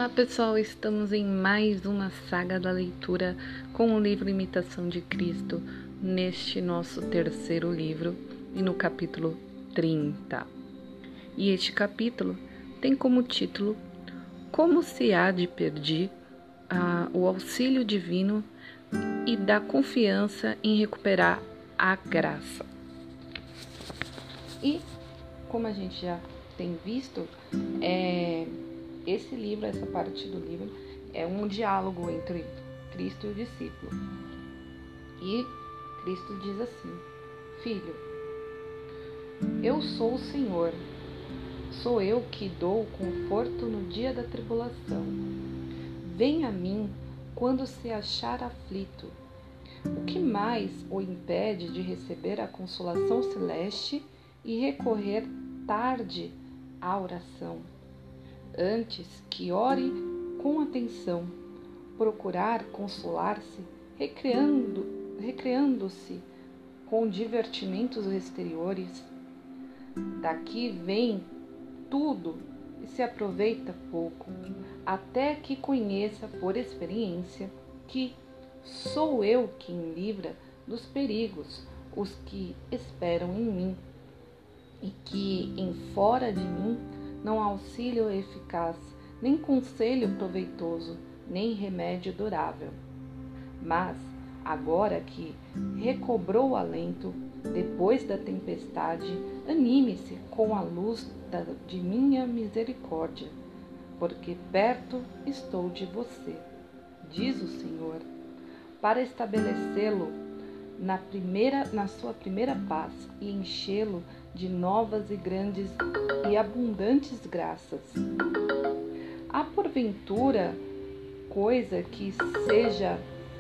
Olá pessoal, estamos em mais uma saga da leitura com o livro Imitação de Cristo, neste nosso terceiro livro e no capítulo 30. E este capítulo tem como título Como se há de pedir o auxílio divino e da confiança em recuperar a graça. E como a gente já tem visto, esse livro, essa parte do livro, é um diálogo entre Cristo e o discípulo. E Cristo diz assim: Filho, eu sou o Senhor, sou eu que dou conforto no dia da tribulação. Venha a mim quando se achar aflito. O que mais o impede de receber a consolação celeste e recorrer tarde à oração? Antes que ore com atenção, procurar consolar-se, recreando-se com divertimentos exteriores. Daqui vem tudo e se aproveita pouco, até que conheça por experiência que sou eu quem livra dos perigos os que esperam em mim, e que em fora de mim não há auxílio eficaz, nem conselho proveitoso, nem remédio durável. Mas, agora que recobrou o alento, depois da tempestade, anime-se com a luz de minha misericórdia, porque perto estou de você, diz o Senhor, para estabelecê-lo na sua primeira paz e enchê-lo de novas e grandes e abundantes graças. Há porventura coisa que seja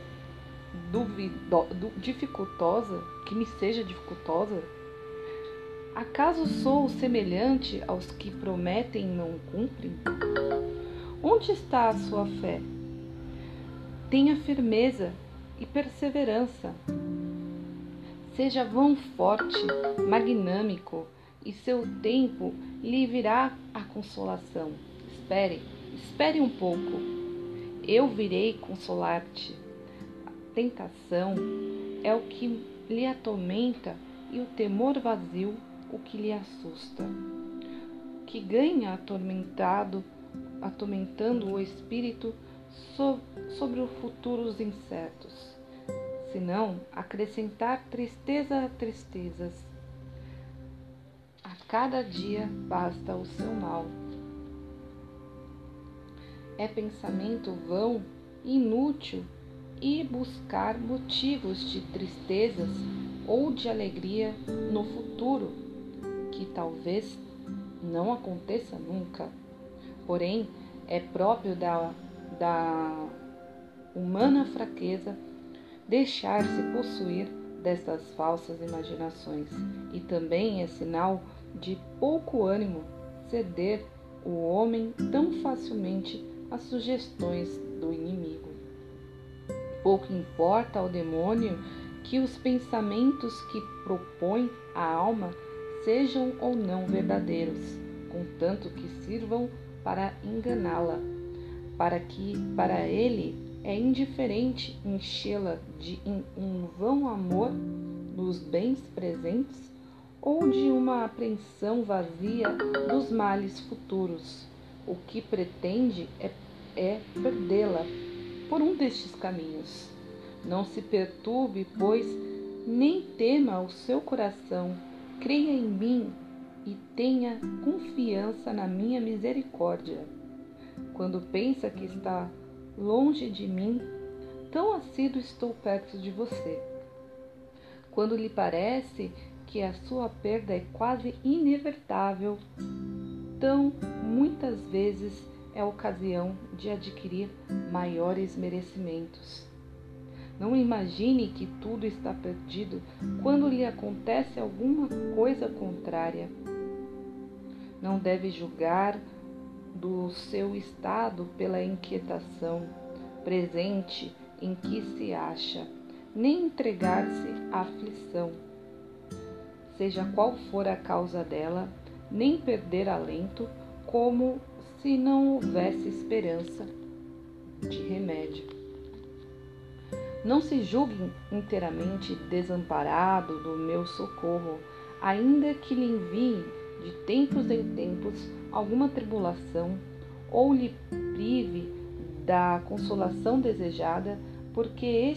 que me seja dificultosa? Acaso sou semelhante aos que prometem e não cumprem? Onde está a sua fé? Tenha firmeza e perseverança. Seja vão forte, magnânico, e seu tempo lhe virá a consolação. Espere um pouco. Eu virei consolar-te. A tentação é o que lhe atormenta e o temor vazio o que lhe assusta. Que ganha atormentando o espírito sobre os futuros incertos, senão acrescentar tristeza a tristezas. A cada dia basta o seu mal. É pensamento vão e inútil ir buscar motivos de tristezas ou de alegria no futuro, que talvez não aconteça nunca. Porém, é próprio da humana fraqueza deixar-se possuir dessas falsas imaginações, e também é sinal de pouco ânimo ceder o homem tão facilmente às sugestões do inimigo. Pouco importa ao demônio que os pensamentos que propõe a alma sejam ou não verdadeiros, contanto que sirvam para enganá-la, para ele é indiferente enchê-la de um vão amor dos bens presentes ou de uma apreensão vazia dos males futuros. O que pretende é perdê-la por um destes caminhos. Não se perturbe, pois, nem tema o seu coração. Creia em mim e tenha confiança na minha misericórdia. Quando pensa que está longe de mim, tão assíduo estou perto de você. Quando lhe parece que a sua perda é quase inevitável, tão muitas vezes é ocasião de adquirir maiores merecimentos. Não imagine que tudo está perdido quando lhe acontece alguma coisa contrária. Não deve julgar do seu estado pela inquietação presente em que se acha, nem entregar-se à aflição, seja qual for a causa dela, nem perder alento, como se não houvesse esperança de remédio. Não se julgue inteiramente desamparado do meu socorro, ainda que lhe envie de tempos em tempos alguma tribulação ou lhe prive da consolação desejada, porque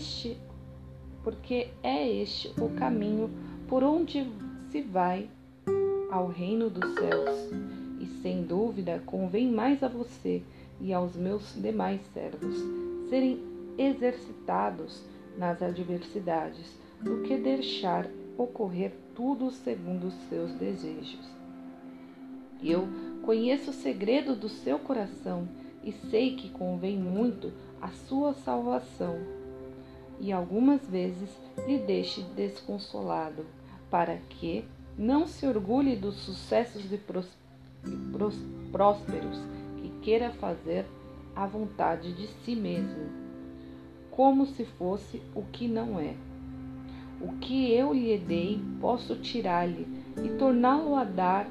é este o caminho por onde se vai ao reino dos céus. E sem dúvida convém mais a você e aos meus demais servos serem exercitados nas adversidades do que deixar ocorrer tudo segundo os seus desejos. Eu conheço o segredo do seu coração e sei que convém muito a sua salvação, e algumas vezes lhe deixe desconsolado, para que não se orgulhe dos sucessos de prósperos que queira fazer à vontade de si mesmo, como se fosse o que não é. O que eu lhe dei, posso tirar-lhe e torná-lo a dar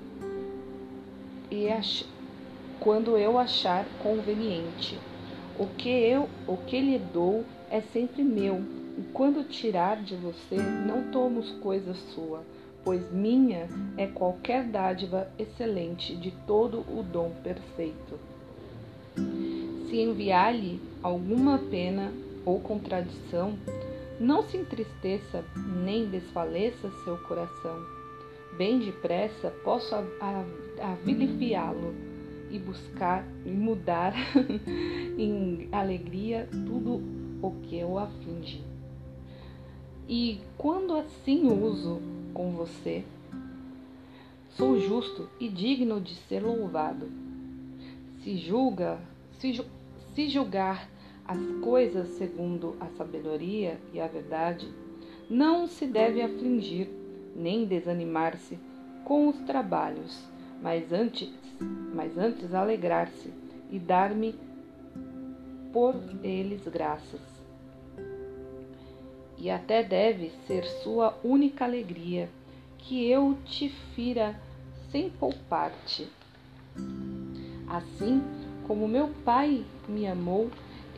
quando eu achar conveniente. O que lhe dou é sempre meu, e quando tirar de você, não tomo coisa sua, pois minha é qualquer dádiva excelente de todo o dom perfeito. Se enviar-lhe alguma pena ou contradição, não se entristeça nem desfaleça seu coração. Bem depressa posso avilifiá-lo e buscar e mudar em alegria tudo o que o aflige. E quando assim uso com você, sou justo e digno de ser louvado. Se julgar as coisas segundo a sabedoria e a verdade, não se deve afligir nem desanimar-se com os trabalhos, mas antes alegrar-se e dar-me por eles graças. E até deve ser sua única alegria que eu te fira sem poupar-te. Assim como meu Pai me amou,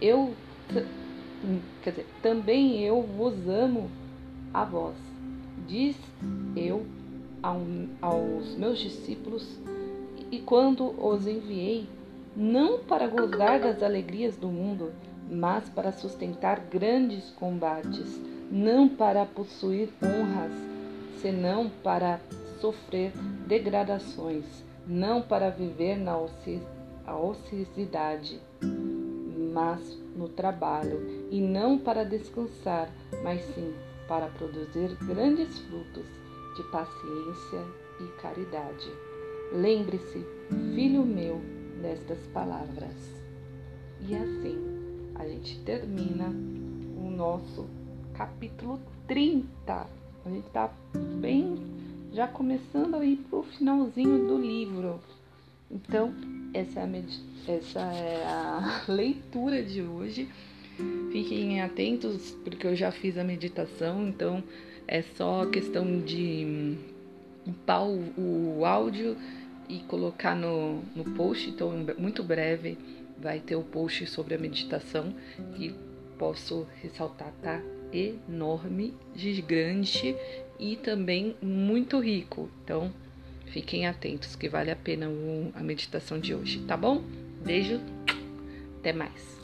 também eu vos amo a vós. Diz eu aos meus discípulos, e quando os enviei, não para gozar das alegrias do mundo, mas para sustentar grandes combates, não para possuir honras, senão para sofrer degradações, não para viver na ociosidade, mas no trabalho, e não para descansar, mas sim para produzir grandes frutos de paciência e caridade. Lembre-se, filho meu, destas palavras. E assim a gente termina o nosso capítulo 30. A gente está bem já começando a ir para o finalzinho do livro. Então, essa é a leitura de hoje. Fiquem atentos, porque eu já fiz a meditação, então é só questão de upar o áudio e colocar no post. Então, muito breve vai ter o post sobre a meditação, e posso ressaltar, tá? Enorme, gigante e também muito rico. Então, fiquem atentos que vale a pena a meditação de hoje, tá bom? Beijo, até mais.